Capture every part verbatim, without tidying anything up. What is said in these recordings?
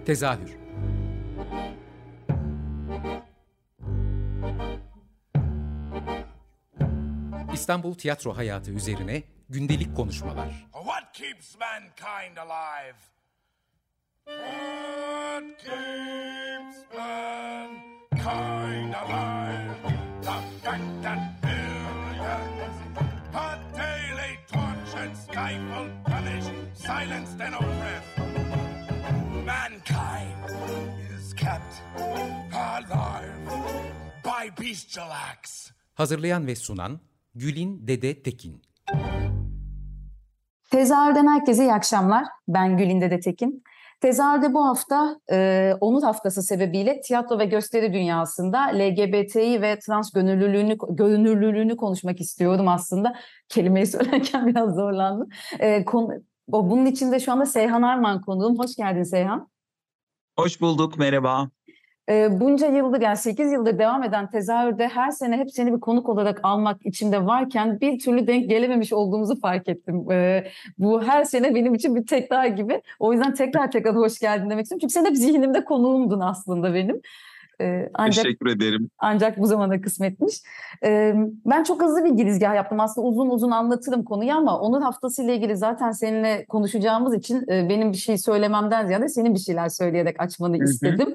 Tezahür. İstanbul tiyatro hayatı üzerine gündelik konuşmalar. What keeps mankind alive? What keeps mankind alive? The fact that billions are daily tortured, stifled, punished, silenced and oppressed. Mankind is kept alive by bestial acts. Hazırlayan ve sunan Gülin Dede Tekin. Tezahürden herkese iyi akşamlar. Ben Gülin Dede Tekin. Tezahürde bu hafta e, Onur Haftası sebebiyle tiyatro ve gösteri dünyasında L G B T İ ve trans gönüllülüğünü, gönüllülüğünü konuşmak istiyorum aslında. Kelimeyi söylerken biraz zorlandım. E, konu, bunun için de şu anda Seyhan Arman konuğum. Hoş geldin Seyhan. Hoş bulduk, merhaba. E, bunca yıldır, yani sekiz yıldır devam eden tezahürde her sene hep seni bir konuk olarak almak içimde varken bir türlü denk gelememiş olduğumuzu fark ettim. E, bu her sene benim için bir tekrar gibi. O yüzden tekrar tekrar hoş geldin demek istiyorum. Çünkü sen hep zihnimde konuğumdun aslında benim. Ee, ancak, Teşekkür ederim. Ancak bu zamana kısmetmiş. Ee, ben çok hızlı bir girizgah yaptım. Aslında uzun uzun anlatırım konuyu ama Onur Haftası ile ilgili zaten seninle konuşacağımız için e, benim bir şey söylememden ziyade senin bir şeyler söyleyerek açmanı istedim.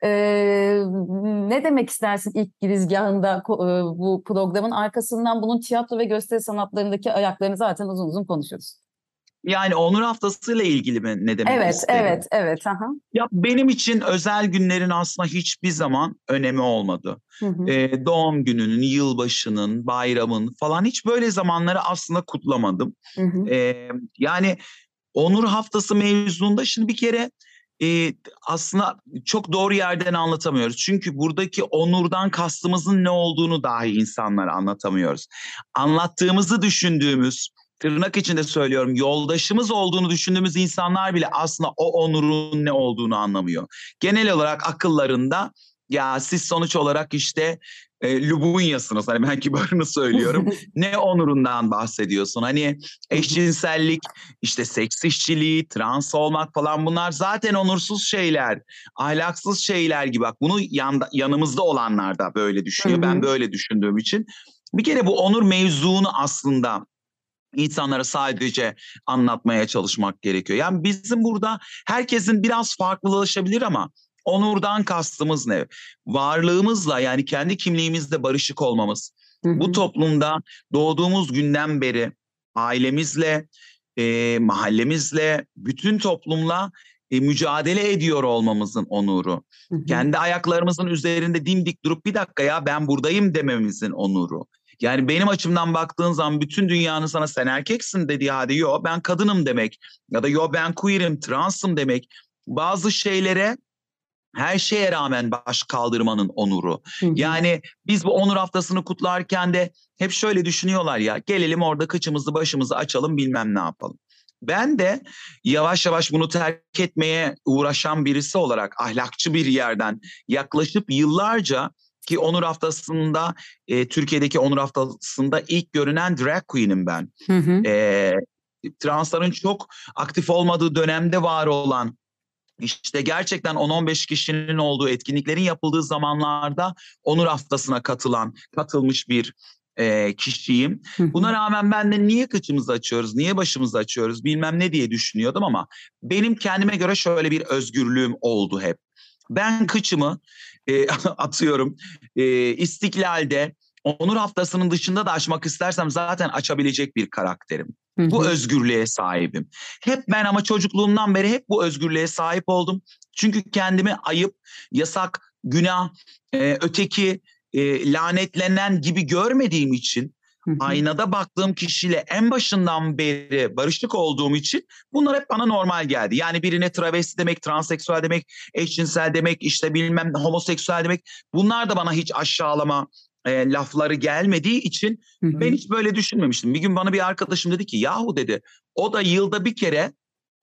Ee, ne demek istersin ilk girizgahında e, bu programın arkasından bunun tiyatro ve gösteri sanatlarındaki ayaklarını zaten uzun uzun konuşuruz. Yani Onur Haftası ile ilgili mi ne demek evet, istedim? Evet, evet, evet. Ya benim için özel günlerin aslında hiçbir zaman önemi olmadı. Hı hı. Ee, doğum gününün, yılbaşının, bayramın falan hiç böyle zamanları aslında kutlamadım. Hı hı. Ee, yani Onur Haftası mevzunda şimdi bir kere e, aslında çok doğru yerden anlatamıyoruz. Çünkü buradaki onurdan kastımızın ne olduğunu dahi insanlara anlatamıyoruz. Anlattığımızı düşündüğümüz, tırnak içinde söylüyorum, yoldaşımız olduğunu düşündüğümüz insanlar bile aslında o onurun ne olduğunu anlamıyor. Genel olarak akıllarında ya siz sonuç olarak işte e, Lubunyasınız, hani ben kibarını söylüyorum. Ne onurundan bahsediyorsun? Hani eşcinsellik, işte seks işçiliği, trans olmak falan, bunlar zaten onursuz şeyler, ahlaksız şeyler gibi. Bak bunu yan, yanımızda olanlar da böyle düşünüyor. Ben böyle düşündüğüm için. Bir kere bu onur mevzunu aslında İnsanlara sadece anlatmaya çalışmak gerekiyor. Yani bizim burada herkesin biraz farklılaşabilir ama onurdan kastımız ne? Varlığımızla, yani kendi kimliğimizle barışık olmamız. Hı hı. Bu toplumda doğduğumuz günden beri ailemizle, e, mahallemizle, bütün toplumla e, mücadele ediyor olmamızın onuru. Hı hı. Kendi ayaklarımızın üzerinde dimdik durup bir dakika ya ben buradayım dememizin onuru. Yani benim açımdan baktığın zaman bütün dünyanın sana sen erkeksin dediği halde yo ben kadınım demek ya da yo ben queer'im, transım demek. Bazı şeylere, her şeye rağmen baş kaldırmanın onuru. Hı hı. Yani biz bu Onur Haftası'nı kutlarken de hep şöyle düşünüyorlar ya, gelelim orada kıçımızı başımızı açalım bilmem ne yapalım. Ben de yavaş yavaş bunu terk etmeye uğraşan birisi olarak ahlakçı bir yerden yaklaşıp yıllarca, ki Onur Haftası'nda e, Türkiye'deki Onur Haftası'nda ilk görünen drag queen'im ben. Hı hı. E, transların çok aktif olmadığı dönemde var olan, İşte gerçekten on on beş kişinin olduğu etkinliklerin yapıldığı zamanlarda Onur Haftası'na katılan, katılmış bir e, kişiyim. Hı hı. Buna rağmen ben de niye kıçımızı açıyoruz, niye başımızı açıyoruz bilmem ne diye düşünüyordum ama benim kendime göre şöyle bir özgürlüğüm oldu hep. Ben kıçımı e, atıyorum e, İstiklal'de Onur Haftası'nın dışında da açmak istersem zaten açabilecek bir karakterim. Hı hı. Bu özgürlüğe sahibim. Hep ben ama çocukluğumdan beri hep bu özgürlüğe sahip oldum. Çünkü kendimi ayıp, yasak, günah, e, öteki, e, lanetlenen gibi görmediğim için, Hı hı. aynada baktığım kişiyle en başından beri barışık olduğum için bunlar hep bana normal geldi. Yani birine travesti demek, transseksüel demek, eşcinsel demek, işte bilmem homoseksüel demek, bunlar da bana hiç aşağılama e, lafları gelmediği için Hı hı. ben hiç böyle düşünmemiştim. Bir gün bana bir arkadaşım dedi ki yahu dedi, o da yılda bir kere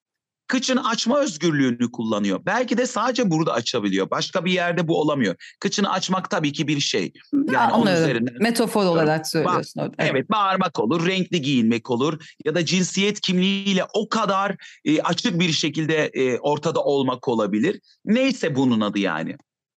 kıçını açma özgürlüğünü kullanıyor. Belki de sadece burada açabiliyor. Başka bir yerde bu olamıyor. Kıçını açmak tabii ki bir şey. Yani onun Anladım. üzerinden Metafor olarak söylüyorsun. Ba- evet, bağırmak olur, renkli giyinmek olur ya da cinsiyet kimliğiyle o kadar e, açık bir şekilde e, ortada olmak olabilir. Neyse bunun adı yani.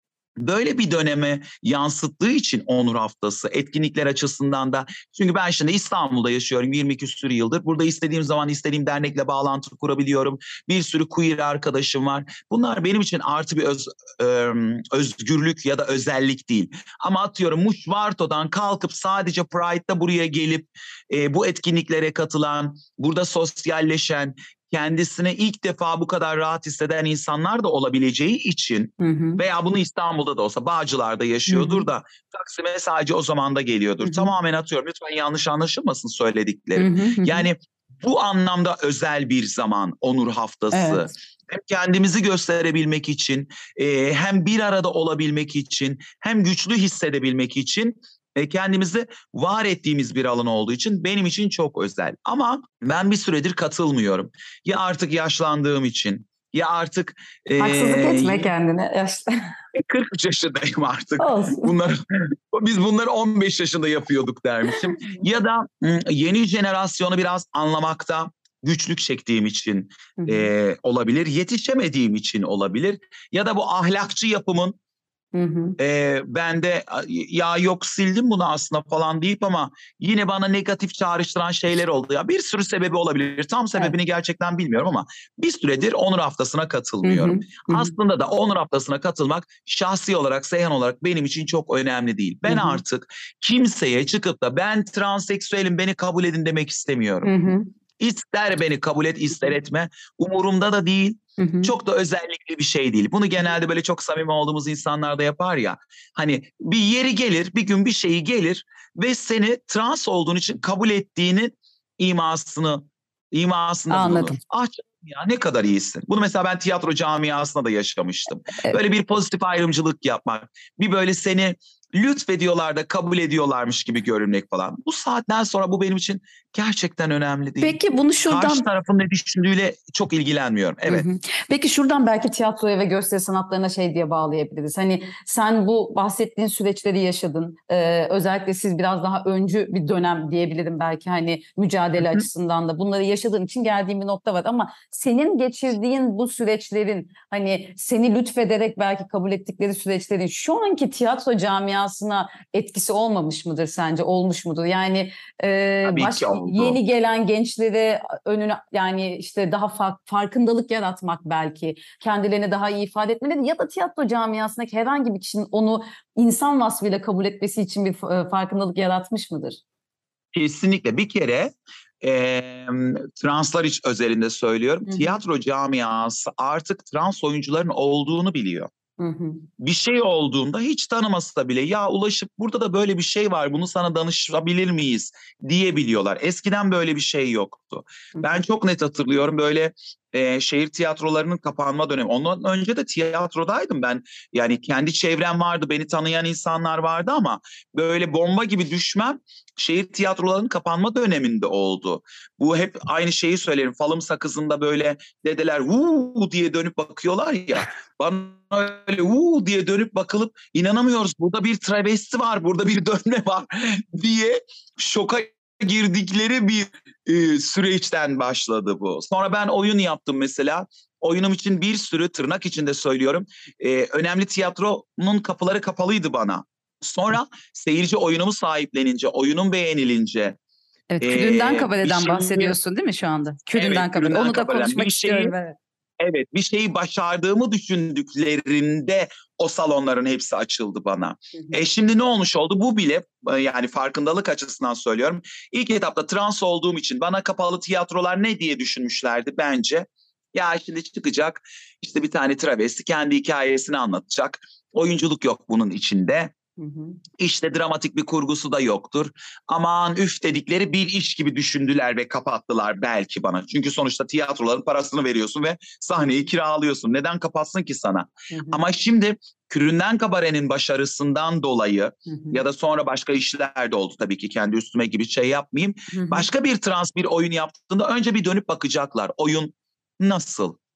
Böyle bir döneme yansıttığı için Onur Haftası etkinlikler açısından da, çünkü ben şimdi İstanbul'da yaşıyorum yirmi küsur yıldır. Burada istediğim zaman istediğim dernekle bağlantı kurabiliyorum. Bir sürü queer arkadaşım var. Bunlar benim için artı bir öz, ö, özgürlük ya da özellik değil. Ama atıyorum Muşvarto'dan kalkıp sadece Pride'da buraya gelip e, bu etkinliklere katılan, burada sosyalleşen, kendisine ilk defa bu kadar rahat hisseden insanlar da olabileceği için, Hı hı. veya bunu İstanbul'da da olsa Bağcılar'da yaşıyordur Hı hı. da Taksim'e sadece o zaman da geliyordur. Hı hı. Tamamen atıyorum, lütfen yanlış anlaşılmasın söylediklerim. Hı hı hı. Yani bu anlamda özel bir zaman Onur Haftası. Evet. Hem kendimizi gösterebilmek için, e, hem bir arada olabilmek için, hem güçlü hissedebilmek için, e, kendimizi var ettiğimiz bir alan olduğu için benim için çok özel. Ama ben bir süredir katılmıyorum. Ya artık yaşlandığım için, ya artık e, Haksızlık etme kendine. Yaşlı. kırk üç yaşındayım artık. Olsun. Bunları, biz bunları on beş yaşında yapıyorduk dermişim. Ya da m, yeni jenerasyonu biraz anlamakta güçlük çektiğim için Hı hı. e, olabilir. Yetişemediğim için olabilir. Ya da bu ahlakçı yapımın Hı hı. e, ben de ya yok sildim bunu aslında falan deyip ama yine bana negatif çağrıştıran şeyler oldu. Ya bir sürü sebebi olabilir. Tam sebebini gerçekten bilmiyorum ama bir süredir Onur Haftası'na katılmıyorum. Hı hı. Hı hı. Aslında da Onur Haftası'na katılmak şahsi olarak, Seyhan olarak benim için çok önemli değil. Ben Hı hı. artık kimseye çıkıp da ben transseksüelim beni kabul edin demek istemiyorum. Hı hı. İster beni kabul et, ister etme. Umurumda da değil. Hı hı. Çok da özellikli bir şey değil. Bunu genelde böyle çok samimi olduğumuz insanlar da yapar ya. Hani bir yeri gelir, bir gün bir şeyi gelir ve seni trans olduğun için kabul ettiğinin imasını, imasında Anladım. bulunur. Ah canım ya ne kadar iyisin. Bunu mesela ben tiyatro camiasında da yaşamıştım. Evet. Böyle bir pozitif ayrımcılık yapmak. Bir böyle seni lütfediyorlar da kabul ediyorlarmış gibi görünmek falan. Bu saatten sonra bu benim için gerçekten önemli değil. Peki bunu şuradan... Karşı tarafın ne düşündüğüyle çok ilgilenmiyorum. Evet. Hı hı. Peki şuradan belki tiyatroya ve gösteri sanatlarına şey diye bağlayabiliriz. Hani sen bu bahsettiğin süreçleri yaşadın. Ee, özellikle siz biraz daha öncü bir dönem diyebilirim belki hani mücadele Hı hı. açısından da bunları yaşadığın için geldiğin bir nokta var. Ama senin geçirdiğin bu süreçlerin hani seni lütfederek belki kabul ettikleri süreçlerin şu anki tiyatro camiasına etkisi olmamış mıdır sence? Olmuş mudur? Yani e, Tabii baş, ki oldu. yeni gelen gençlere önüne yani işte daha fark, farkındalık yaratmak belki, kendilerini daha iyi ifade etmeleri ya da tiyatro camiasındaki herhangi bir kişinin onu insan vasfıyla kabul etmesi için bir e, farkındalık yaratmış mıdır? Kesinlikle. Bir kere e, translar iç özelinde söylüyorum. Hı hı. Tiyatro camiası artık trans oyuncuların olduğunu biliyor. Hı hı. Bir şey olduğunda hiç tanımasa da bile ya ulaşıp burada da böyle bir şey var bunu sana danışabilir miyiz diyebiliyorlar. Eskiden böyle bir şey yoktu. Hı hı. Ben çok net hatırlıyorum böyle e, şehir tiyatrolarının kapanma dönemi. Ondan önce de tiyatrodaydım ben. Yani kendi çevrem vardı, beni tanıyan insanlar vardı ama böyle bomba gibi düşmem şehir tiyatrolarının kapanma döneminde oldu. Bu hep aynı şeyi söylerim. Falım sakızında böyle dedeler uuu diye dönüp bakıyorlar ya. Bana öyle uuu diye dönüp bakılıp inanamıyoruz. Burada bir travesti var, burada bir dönme var diye şoka girdikleri bir e, süreçten başladı bu. Sonra ben oyun yaptım mesela. Oyunum için bir sürü tırnak içinde söylüyorum. E, önemli tiyatronun kapıları kapalıydı bana. Sonra seyirci oyunumu sahiplenince, oyunum beğenilince. Evet, e, Külünden Kabare'den şeyi, bahsediyorsun değil mi şu anda? Külünden evet, Kabare. Külünden Onu da Kabare'den konuşmak bir şeyi, istiyorum. Evet. Evet, bir şeyi başardığımı düşündüklerinde o salonların hepsi açıldı bana. Hı hı. E şimdi ne olmuş oldu? Bu bile yani farkındalık açısından söylüyorum. İlk etapta trans olduğum için bana kapalı tiyatrolar ne diye düşünmüşlerdi bence. Ya şimdi çıkacak işte bir tane travesti kendi hikayesini anlatacak. Oyunculuk yok bunun içinde. Hı hı. İşte dramatik bir kurgusu da yoktur. Aman üf dedikleri bir iş gibi düşündüler ve kapattılar belki bana. Çünkü sonuçta tiyatroların parasını veriyorsun ve sahneyi kiralıyorsun. Neden kapatsın ki sana? Hı hı. Ama şimdi Külünden Kabare'nin başarısından dolayı Hı hı. ya da sonra başka işler de oldu tabii ki kendi üstüme gibi şey yapmayayım. Hı hı. Başka bir trans bir oyun yaptığında önce bir dönüp bakacaklar. Oyun nasıl?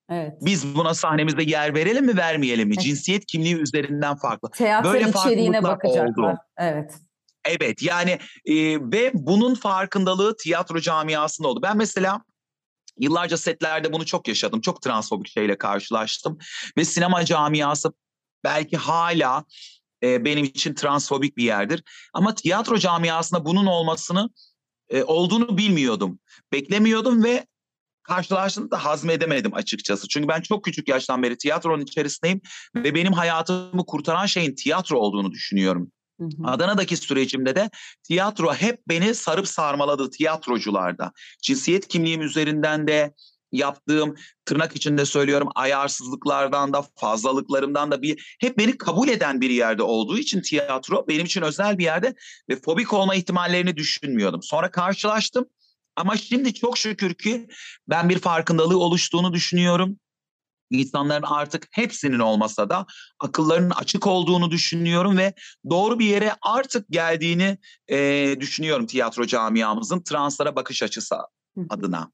Evet. Biz buna sahnemizde yer verelim mi, vermeyelim mi? Evet. Cinsiyet kimliği üzerinden farklı. Teatro Böyle içeriğine farklılıklar bakacaklar. oldu. Evet. Evet, yani e, ve bunun farkındalığı tiyatro camiasında oldu. Ben mesela yıllarca setlerde bunu çok yaşadım. Çok transfobik şeyle karşılaştım. Ve sinema camiası belki hala e, benim için transfobik bir yerdir. Ama tiyatro camiasında bunun olmasını e, olduğunu bilmiyordum. Beklemiyordum ve karşılaştığımda hazmedemedim açıkçası. Çünkü ben çok küçük yaştan beri tiyatronun içerisindeyim ve benim hayatımı kurtaran şeyin tiyatro olduğunu düşünüyorum. Hı hı. Adana'daki sürecimde de tiyatro hep beni sarıp sarmaladı tiyatrocularda. Cinsiyet kimliğim üzerinden de yaptığım, tırnak içinde söylüyorum, ayarsızlıklardan da fazlalıklarımdan da bir hep beni kabul eden bir yerde olduğu için tiyatro benim için özel bir yerde ve fobik olma ihtimallerini düşünmüyordum. Sonra karşılaştım ama şimdi çok şükür ki ben bir farkındalığı oluştuğunu düşünüyorum. İnsanların artık hepsinin olmasa da akıllarının açık olduğunu düşünüyorum ve doğru bir yere artık geldiğini e, düşünüyorum tiyatro camiamızın translara bakış açısı adına.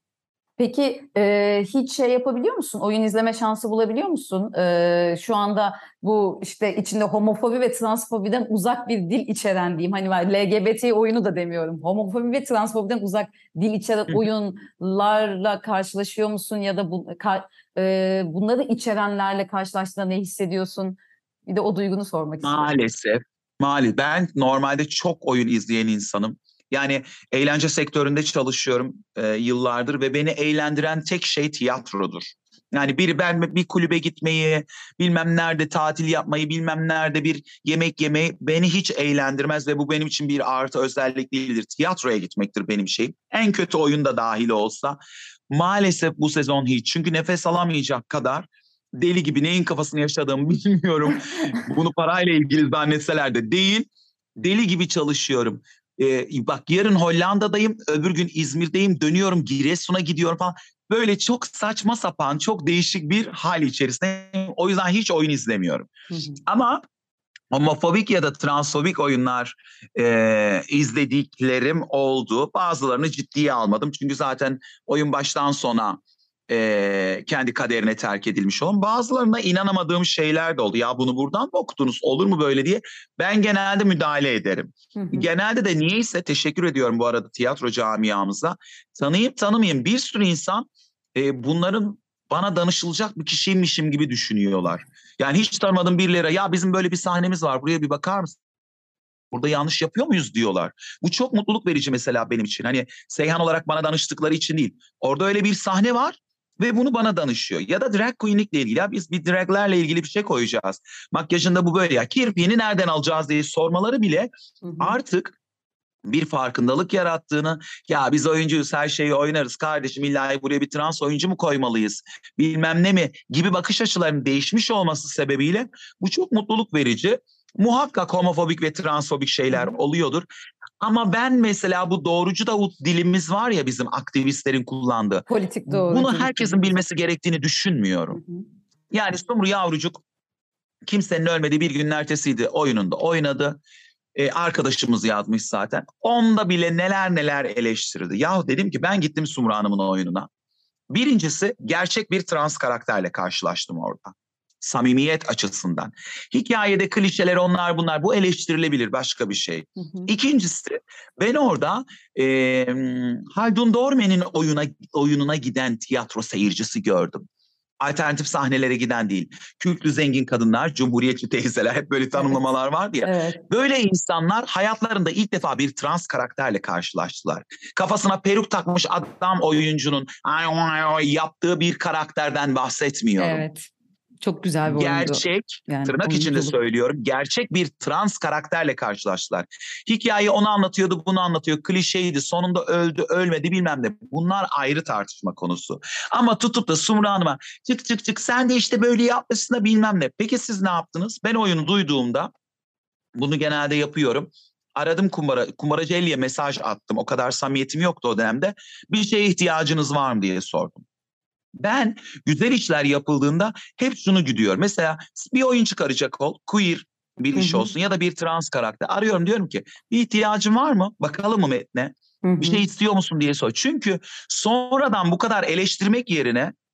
Peki e, hiç şey yapabiliyor musun? Oyun izleme şansı bulabiliyor musun? E, şu anda bu işte içinde homofobi ve transfobiden uzak bir dil içeren diyeyim. Hani var L G B T oyunu da demiyorum. Homofobi ve transfobiden uzak dil içeren oyunlarla karşılaşıyor musun? Ya da bu, ka, e, bunları içerenlerle karşılaştığında ne hissediyorsun? Bir de o duygunu sormak istiyorum. Maalesef. Maalesef. Ben normalde çok oyun izleyen insanım. Yani eğlence sektöründe çalışıyorum e, yıllardır ve beni eğlendiren tek şey tiyatrodur. Yani bir ben bir kulübe gitmeyi, bilmem nerede tatil yapmayı, bilmem nerede bir yemek yemeyi beni hiç eğlendirmez ve bu benim için bir artı özellik değildir. Tiyatroya gitmektir benim şeyim. En kötü oyun da dahil olsa. Maalesef bu sezon hiç. Çünkü nefes alamayacak kadar deli gibi neyin kafasını yaşadığımı bilmiyorum. Bunu parayla ilgili zannetseler de değil. Deli gibi çalışıyorum. Ee, bak yarın Hollanda'dayım, öbür gün İzmir'deyim, dönüyorum Giresun'a gidiyorum falan. Böyle çok saçma sapan, çok değişik bir hal içerisindeyim. O yüzden hiç oyun izlemiyorum. Hı hı. Ama homofobik ya da transfobik oyunlar e, izlediklerim oldu. Bazılarını ciddiye almadım. Çünkü zaten oyun baştan sona e, kendi kaderine terk edilmiş olan. Bazılarına inanamadığım şeyler de oldu. Ya bunu buradan mı okudunuz? Olur mu böyle diye. Ben genelde müdahale ederim. Hı hı. Genelde de niyeyse teşekkür ediyorum bu arada tiyatro camiamıza. Tanıyıp tanımayayım bir sürü insan e, bunların bana danışılacak bir kişiymişim gibi düşünüyorlar. Yani hiç tanımadığım birilere ya bizim böyle bir sahnemiz var buraya bir bakar mısın? Burada yanlış yapıyor muyuz diyorlar. Bu çok mutluluk verici mesela benim için. Hani Seyhan olarak bana danıştıkları için değil. Orada öyle bir sahne var ve bunu bana danışıyor. Ya da drag queenlikle ilgili. Ya biz bir draglerle ilgili bir şey koyacağız. Makyajında bu böyle ya. Kirpiğini nereden alacağız diye sormaları bile Hı hı. artık bir farkındalık yarattığını, ya biz oyuncuyuz her şeyi oynarız kardeşim illa buraya bir trans oyuncu mu koymalıyız bilmem ne mi gibi bakış açılarının değişmiş olması sebebiyle bu çok mutluluk verici. Muhakkak homofobik ve transfobik şeyler oluyordur. Ama ben mesela bu doğrucu Davut dilimiz var ya bizim aktivistlerin kullandığı. Politik doğru. Bunu herkesin bilmesi gerektiğini düşünmüyorum. Hı hı. Yani Sumru Yavrucuk kimsenin ölmediği bir günün ertesiydi oyununda oynadı. Ee, arkadaşımız yazmış zaten. Onda bile neler neler eleştirdi. Yahu dedim ki ben gittim Sumru Hanım'ın oyununa. Birincisi gerçek bir trans karakterle karşılaştım orada. Samimiyet açısından. Hikayede klişeler onlar bunlar bu eleştirilebilir başka bir şey. Hı hı. İkincisi ben orada e, Haldun Dorme'nin oyuna, oyununa giden tiyatro seyircisi gördüm. Alternatif sahnelere giden değil. Kültlü zengin kadınlar, cumhuriyetçi teyzeler hep böyle tanımlamalar vardı ya. Evet. Böyle insanlar hayatlarında ilk defa bir trans karakterle karşılaştılar. Kafasına peruk takmış adam oyuncunun ay, ay, ay, yaptığı bir karakterden bahsetmiyorum. Evet. Çok güzel bir oyundu. Gerçek, Yani tırnak içinde oyunculuk. söylüyorum, gerçek bir trans karakterle karşılaştılar. Hikaye onu anlatıyordu, bunu anlatıyor, klişeydi, sonunda öldü, ölmedi bilmem ne. Bunlar ayrı tartışma konusu. Ama tutup da Sumru Hanım'a çık çık çık sen de işte böyle yapmışsın da bilmem ne. Peki siz ne yaptınız? Ben oyunu duyduğumda, bunu genelde yapıyorum. Aradım kumbara, kumbaracı Ellie'ye mesaj attım. O kadar samimiyetim yoktu o dönemde. Bir şeye ihtiyacınız var mı diye sordum. Ben güzel işler yapıldığında hep şunu gidiyorum. Mesela bir oyun çıkaracak ol, queer bir iş Hı hı. olsun ya da bir trans karakter. Arıyorum diyorum ki bir ihtiyacın var mı? Bakalım mı metne? Hı hı. Bir şey istiyor musun diye sor. Çünkü sonradan bu kadar eleştirmek yerine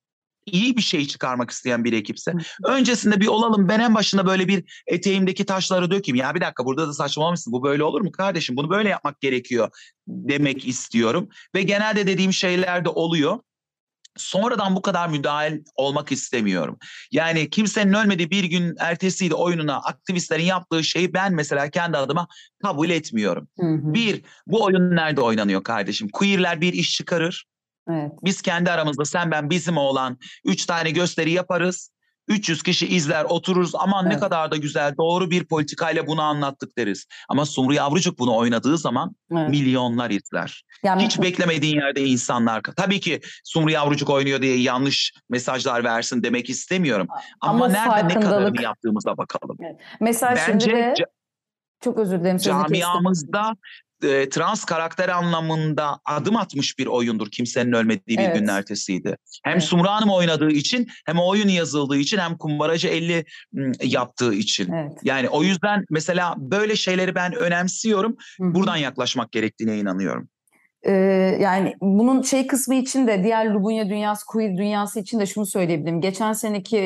iyi bir şey çıkarmak isteyen bir ekipse Hı. öncesinde bir olalım, ben en başında böyle bir eteğimdeki taşları dökeyim. Ya bir dakika, burada da saçmalamışsın, bu böyle olur mu kardeşim, bunu böyle yapmak gerekiyor demek istiyorum. Ve genelde dediğim şeyler de oluyor. Sonradan bu kadar müdahil olmak istemiyorum. Yani kimsenin ölmediği bir gün ertesiydi oyununa aktivistlerin yaptığı şeyi ben mesela kendi adıma kabul etmiyorum. Hı hı. Bir, bu oyun nerede oynanıyor kardeşim? Queerler bir iş çıkarır. Evet. Biz kendi aramızda sen ben bizim olan üç tane gösteri yaparız. üç yüz kişi izler, otururuz. Aman ne Evet. kadar da güzel, doğru bir politikayla bunu anlattık deriz. Ama Sumru Yavrucuk bunu oynadığı zaman Evet. milyonlar izler. Yani Hiç beklemediğin yerde insanlar. Tabii ki Sumru Yavrucuk oynuyor diye yanlış mesajlar versin demek istemiyorum. Ama, ama nerede ne kadarını farkındalık. yaptığımıza bakalım. Evet. Mesela Bence şimdi de ca- çok özür dilerim sözünü kestim. camiamızda e, trans karakter anlamında adım atmış bir oyundur. Kimsenin ölmediği bir Evet. günün ertesiydi. Hem Evet. Sumru Hanım oynadığı için, hem oyun yazıldığı için, hem Kumbaracı elli m, yaptığı için. Evet. Yani o yüzden mesela böyle şeyleri ben önemsiyorum. Hı hı. Buradan yaklaşmak gerektiğine inanıyorum. Ee, yani bunun şey kısmı için de diğer Lubunya dünyası, queer dünyası için de şunu söyleyebilirim. Geçen seneki,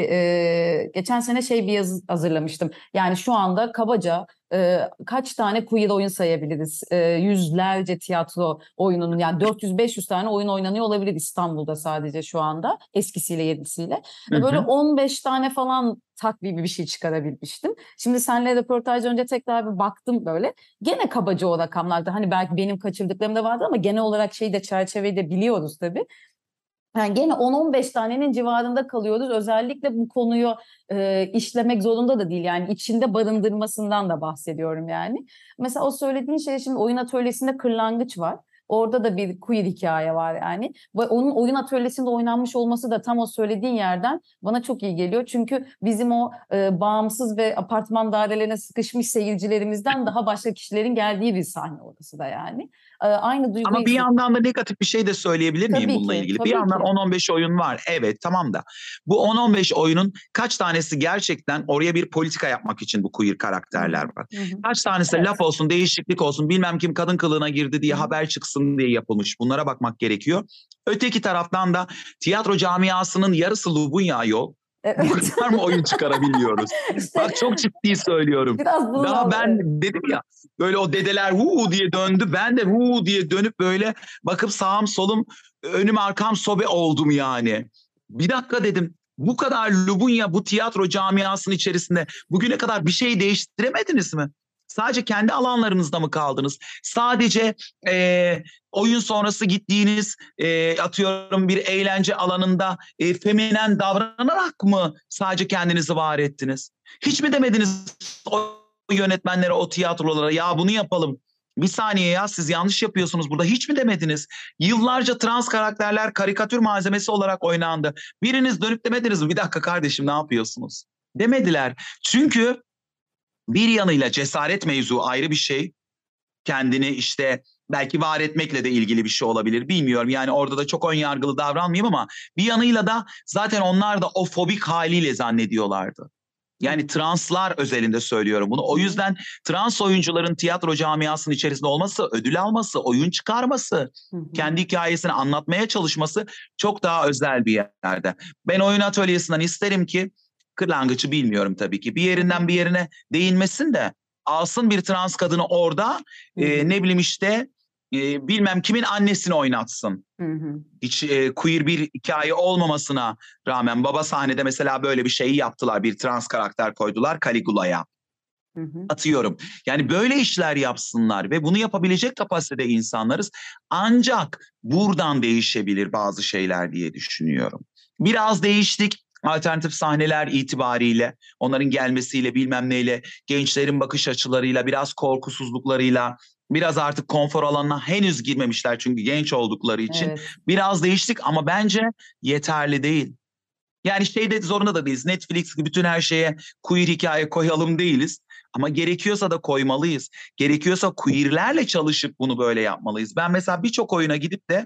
e, geçen sene şey bir yazı hazırlamıştım. Yani şu anda kabaca e, kaç tane queer oyun sayabiliriz? E, yüzlerce tiyatro oyununun, yani dört yüz beş yüz tane oyun oynanıyor olabilir İstanbul'da sadece şu anda, eskisiyle yenisiyle. Hı Ve böyle hı. on beş tane falan takvibi bir şey çıkarabilmiştim. Şimdi seninle röportaj önce tekrar bir baktım böyle. Gene kabaca o rakamlarda, hani belki benim kaçırdıklarım da vardı ama genel olarak şeyi de, çerçeveyi de biliyoruz tabii. Yani gene on on beş tanenin civarında kalıyoruz. Özellikle bu konuyu e, işlemek zorunda da değil. Yani içinde barındırmasından da bahsediyorum yani. Mesela o söylediğin şey, şimdi oyun atölyesinde Kırlangıç var. Orada da bir queer hikaye var yani. Ve onun oyun atölyesinde oynanmış olması da tam o söylediğin yerden bana çok iyi geliyor. Çünkü bizim o e, bağımsız ve apartman dairelerine sıkışmış seyircilerimizden daha başka kişilerin geldiği bir sahne orası da yani. E, aynı duyguyu Ama bir hissediyorum. yandan da negatif bir şey de söyleyebilir miyim Tabii bununla ki, ilgili? Bir tabii yandan ki. on on beş oyun var. Evet, tamam da. Bu on on beş oyunun kaç tanesi gerçekten oraya bir politika yapmak için bu queer karakterler var? Hı hı. Kaç tanesi Evet. laf olsun, değişiklik olsun, bilmem kim kadın kılığına girdi diye Hı hı. haber çıksın diye yapılmış. Bunlara bakmak gerekiyor. Öteki taraftan da tiyatro camiasının yarısı Lubunya yol. Bu Evet. kadar mı oyun çıkarabiliyoruz? İşte Bak, çok ciddi söylüyorum. biraz bunun Daha al- ben dedim ya, böyle o dedeler huu diye döndü. Ben de huu diye dönüp böyle bakıp sağım solum, önüm arkam sobe oldum yani. Bir dakika dedim. Bu kadar Lubunya bu tiyatro camiasının içerisinde bugüne kadar bir şey değiştiremediniz mi? Sadece kendi alanlarınızda mı kaldınız? Sadece e, oyun sonrası gittiğiniz, e, atıyorum bir eğlence alanında e, feminen davranarak mı sadece kendinizi var ettiniz? Hiç mi demediniz o yönetmenlere, o tiyatrolara, ya bunu yapalım? Bir saniye ya, siz yanlış yapıyorsunuz burada. Hiç mi demediniz? Yıllarca trans karakterler karikatür malzemesi olarak oynandı. Biriniz dönüp demediniz mi? Bir dakika kardeşim, ne yapıyorsunuz? Demediler. Çünkü bir yanıyla cesaret mevzu ayrı bir şey. Kendini işte belki var etmekle de ilgili bir şey olabilir, bilmiyorum. Yani orada da çok ön yargılı davranmayayım ama bir yanıyla da zaten onlar da o fobik haliyle zannediyorlardı. Yani translar özelinde söylüyorum bunu. O yüzden trans oyuncuların tiyatro camiasının içerisinde olması, ödül alması, oyun çıkarması, Hı hı. kendi hikayesini anlatmaya çalışması çok daha özel bir yerde. Ben oyun atölyesinden isterim ki, Kırlangıç'ı bilmiyorum tabii ki, bir yerinden bir yerine değinmesin de alsın bir trans kadını orada, Hı hı. e, ne bileyim işte e, bilmem kimin annesini oynatsın. Hı hı. Hiç e, queer bir hikaye olmamasına rağmen baba sahnede mesela böyle bir şeyi yaptılar. Bir trans karakter koydular Caligula'ya. Hı hı. Atıyorum. Yani böyle işler yapsınlar ve bunu yapabilecek kapasitede insanlarız. Ancak buradan değişebilir bazı şeyler diye düşünüyorum. Biraz değiştik. Alternatif sahneler itibariyle, onların gelmesiyle, bilmem neyle, gençlerin bakış açılarıyla, biraz korkusuzluklarıyla, biraz artık konfor alanına henüz girmemişler çünkü genç oldukları için. Evet. Biraz değiştik ama bence yeterli değil. Yani şeyde zorunda da değiliz. Netflix gibi bütün her şeye queer hikaye koyalım değiliz. Ama gerekiyorsa da koymalıyız. Gerekiyorsa queerlerle çalışıp bunu böyle yapmalıyız. Ben mesela birçok oyuna gidip de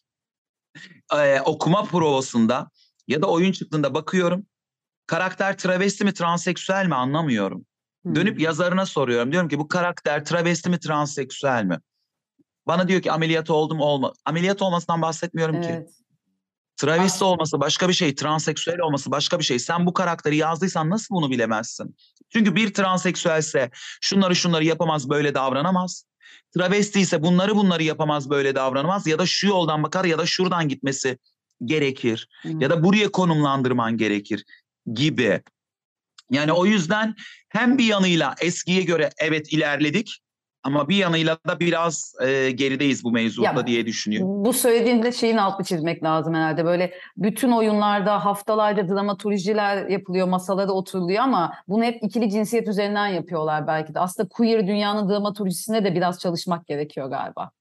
e, okuma provasında ya da oyun çıktığında bakıyorum. Karakter travesti mi, transseksüel mi anlamıyorum. Hı. Dönüp yazarına soruyorum. Diyorum ki bu karakter travesti mi, transseksüel mi? Bana diyor ki ameliyat oldum olma. Ameliyat olmasından bahsetmiyorum ki. Evet. Travesti olması başka bir şey, transseksüel olması başka bir şey. Sen bu karakteri yazdıysan nasıl bunu bilemezsin? Çünkü bir transseksüelse şunları şunları yapamaz, böyle davranamaz. Travesti ise bunları bunları yapamaz, böyle davranamaz. Ya da şu yoldan bakar ya da şuradan gitmesi gerekir. Hmm. Ya da buraya konumlandırman gerekir gibi. Yani o yüzden hem bir yanıyla eskiye göre evet ilerledik ama bir yanıyla da biraz e, gerideyiz bu mevzuda Ya, diye düşünüyorum. Bu söylediğinde şeyin altını çizmek lazım herhalde. Böyle bütün oyunlarda haftalarca dramaturjiler yapılıyor, masalara oturuluyor ama bunu hep ikili cinsiyet üzerinden yapıyorlar belki de. Aslında queer dünyanın dramaturjisine de biraz çalışmak gerekiyor galiba.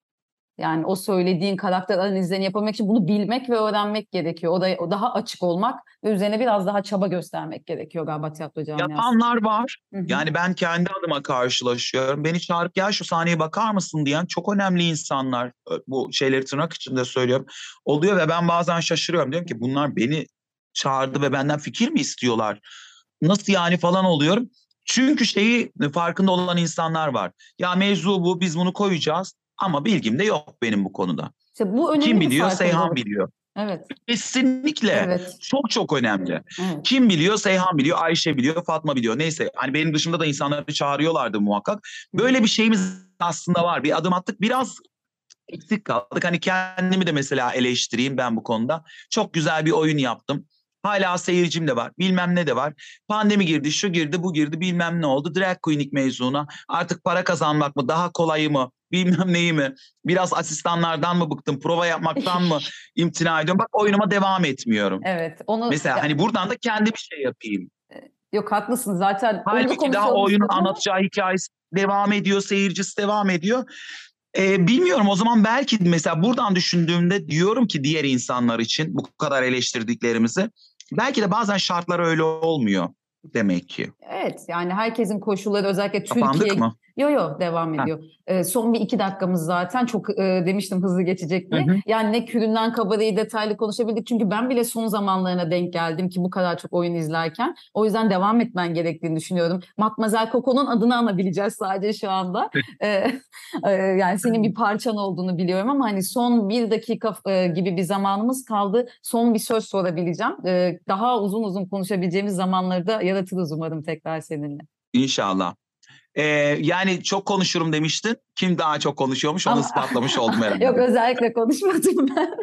Yani o söylediğin karakter analizlerini yapabilmek için bunu bilmek ve öğrenmek gerekiyor. O da o daha açık olmak ve üzerine biraz daha çaba göstermek gerekiyor galiba tiyatro camiasında. Yapanlar var. Hı hı. Yani ben kendi adıma karşılaşıyorum. Beni çağırıp gel şu sahneye bakar mısın diyen çok önemli insanlar, bu şeyleri tırnak içinde söylüyorum, oluyor ve ben bazen şaşırıyorum. Diyorum ki bunlar beni çağırdı ve benden fikir mi istiyorlar? Nasıl yani falan oluyorum. Çünkü şeyi farkında olan insanlar var. Ya mevzu bu, biz bunu koyacağız ama bilgim de yok benim bu konuda. İşte bu önemli Kim bir biliyor? Seyhan farkındalık. biliyor. Evet, Kesinlikle. evet, Çok çok önemli. evet. Kim biliyor? Seyhan biliyor, Ayşe biliyor, Fatma biliyor. Neyse, hani benim dışımda da insanları çağırıyorlardı muhakkak. Böyle bir şeyimiz aslında var. Bir adım attık, biraz eksik kaldık. Hani kendimi de mesela eleştireyim ben bu konuda. Çok güzel bir oyun yaptım. Hala seyircim de var. Bilmem ne de var. Pandemi girdi, şu girdi, bu girdi, bilmem ne oldu. Drag queenlik mezunu. Artık para kazanmak mı, daha kolayı mı, bilmem neyi mi? Biraz asistanlardan mı bıktım, prova yapmaktan mı imtina ediyorum? Bak oyunuma devam etmiyorum. Evet, onu Mesela ya, hani buradan da kendi bir şey yapayım. yok haklısın zaten. Onu da Halbuki daha konuşalım oyunun istedim ama- anlatacağı hikayesi devam ediyor, seyircisi devam ediyor. Ee, bilmiyorum, o zaman belki mesela buradan düşündüğümde diyorum ki diğer insanlar için bu kadar eleştirdiklerimizi, belki de bazen şartlar öyle olmuyor demek ki. Evet, yani herkesin koşulları özellikle Kapandık Türkiye... mı? Yo yo devam Ha. ediyor. Ee, son bir iki dakikamız zaten çok e, demiştim hızlı geçecek diye. Hı hı. Yani ne Küründen Kabare'yi detaylı konuşabildik. Çünkü ben bile son zamanlarına denk geldim ki bu kadar çok oyun izlerken. O yüzden devam etmen gerektiğini düşünüyorum. Matmazel Coco'nun adını anabileceğiz sadece şu anda. Ee, e, yani senin bir parçan olduğunu biliyorum ama hani son bir dakika e, gibi bir zamanımız kaldı. Son bir söz sorabileceğim. Ee, daha uzun uzun konuşabileceğimiz zamanları da yaratırız umarım tekrar seninle. İnşallah. Ee, yani çok konuşurum demiştin. Kim daha çok konuşuyormuş onu Ama- ispatlamış oldum herhalde. Yok özellikle konuşmadım ben.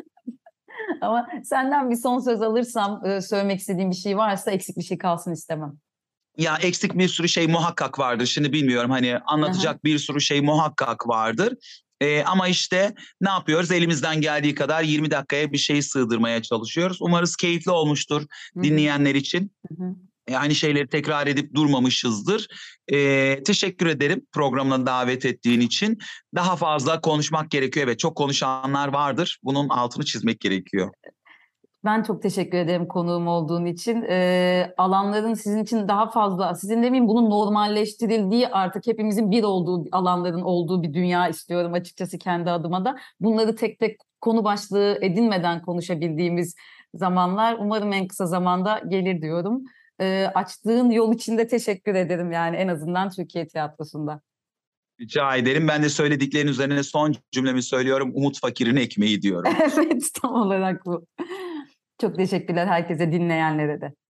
Ama senden bir son söz alırsam e, söylemek istediğim bir şey varsa eksik bir şey kalsın istemem. Ya eksik bir sürü şey muhakkak vardır. Şimdi bilmiyorum, hani anlatacak bir sürü şey muhakkak vardır. Ee, ama işte ne yapıyoruz? Elimizden geldiği kadar yirmi dakikaya bir şey sığdırmaya çalışıyoruz. Umarız keyifli olmuştur Hı hı. dinleyenler için. Hı hı. E, aynı şeyleri tekrar edip durmamışızdır. Ee, teşekkür ederim programına davet ettiğin için. Daha fazla konuşmak gerekiyor. Evet, çok konuşanlar vardır. Bunun altını çizmek gerekiyor. Ben çok teşekkür ederim konuğum olduğun için. Ee, alanların sizin için daha fazla, sizin demeyeyim bunun normalleştirildiği artık hepimizin bir olduğu alanların olduğu bir dünya istiyorum açıkçası kendi adıma da. Bunları tek tek konu başlığı edinmeden konuşabildiğimiz zamanlar umarım en kısa zamanda gelir diyorum. Ee, açtığın yol için de teşekkür ederim yani en azından Türkiye tiyatrosunda. Rica ederim. Ben de söylediklerin üzerine son cümlemi söylüyorum. Umut fakirin ekmeği diyorum. Evet tam olarak bu. Çok teşekkürler herkese dinleyenlere de.